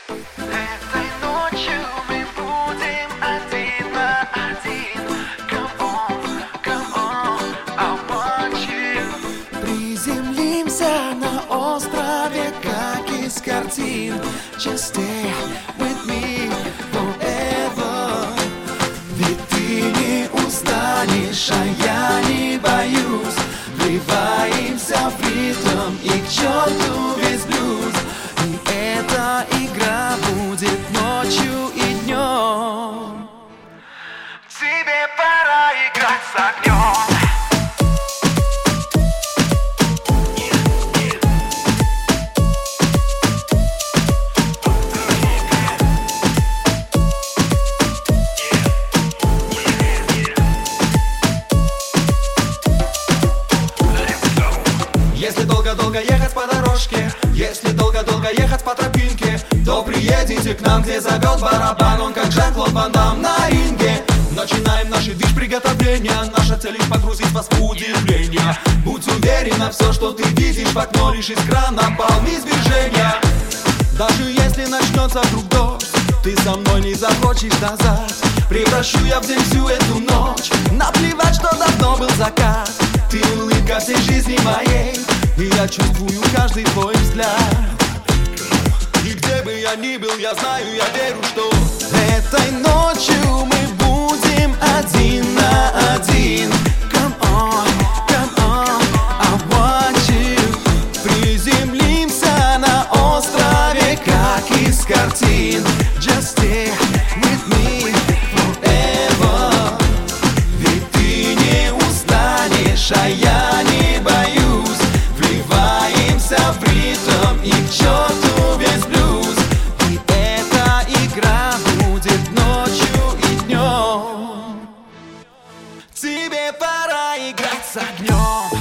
Этой ночью мы будем один на один. Come on, I want you. Приземлимся на острове, как из картин. Just stay with me forever. Ведь ты не устанешь, а я не боюсь. Вливаемся в ритм и к черту весь блюз. И эта игра будет ночью и днем. Тебе пора играть с огнем. Если долго-долго ехать по дорожке, если долго-долго ехать по тропинке, то приедете к нам, где зовет барабан. Он как Жан-Клод Ван Дам на ринге. Начинаем наши движ-приготовления. Наша цель лишь погрузить вас в удивление. Будь уверена, все, что ты видишь в окно, лишь из крана полны движения. Даже если начнется вдруг дождь, ты со мной не захочешь назад. Превращу я в день всю эту ночь. Наплевать, что давно был закат. Ты улыбка всей жизни моей, и я чувствую каждый твой взгляд. И где бы я ни был, я знаю, я верю, что этой ночью мы будем один на один. Come on, I want you. Приземлимся на острове, как из картин. Just stay with me forever. Ведь ты не устанешь, а я не боюсь. Вливаемся в ритм и к черту весь блюз. И эта игра будет ночью и днем. Тебе пора играть с огнем.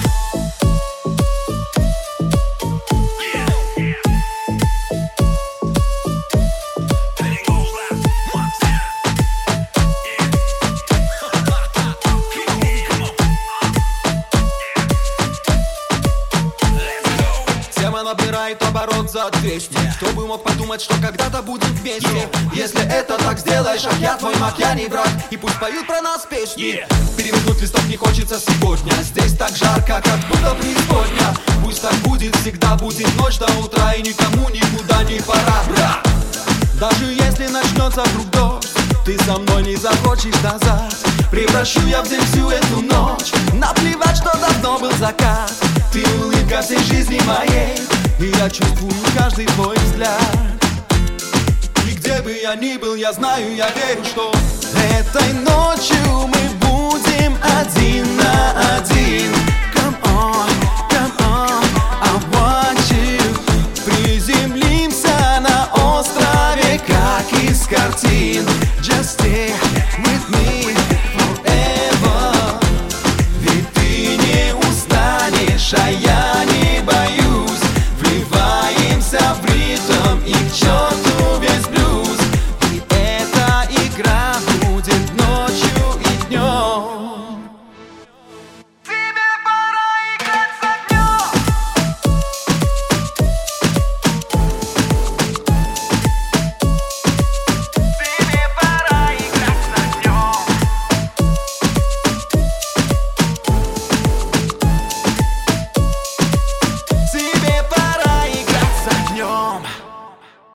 набирает оборот за 200. Кто бы мог подумать, что когда-то будем вместе. Если это так сделаешь, а я твой маг, я не враг. И пусть поют про нас песни. Перевернуть листок не хочется сегодня. Здесь так жарко, как будто преисподня. Пусть так будет, всегда будет ночь до утра. И никому никуда не пора. Даже если начнется вдруг дождь, ты со мной не захочешь назад. Превращу я в день всю эту ночь. Наплевать, что давно был закат. Ты улыбка всей жизни моей, и я чувствую каждый твой взгляд. И где бы я ни был, я знаю, я верю, что этой ночью мы будем один на один. Come on, I want you. Приземлимся на острове, как из картин. Just stay with me forever. Ведь ты не устанешь, а я не боюсь. Вливаемся в ритм и к черту весь блюз. И эта игра будет ночью и днем. Тебе пора играть с огнем. Тебе пора играть с огнем. Тебе пора играть с огнем.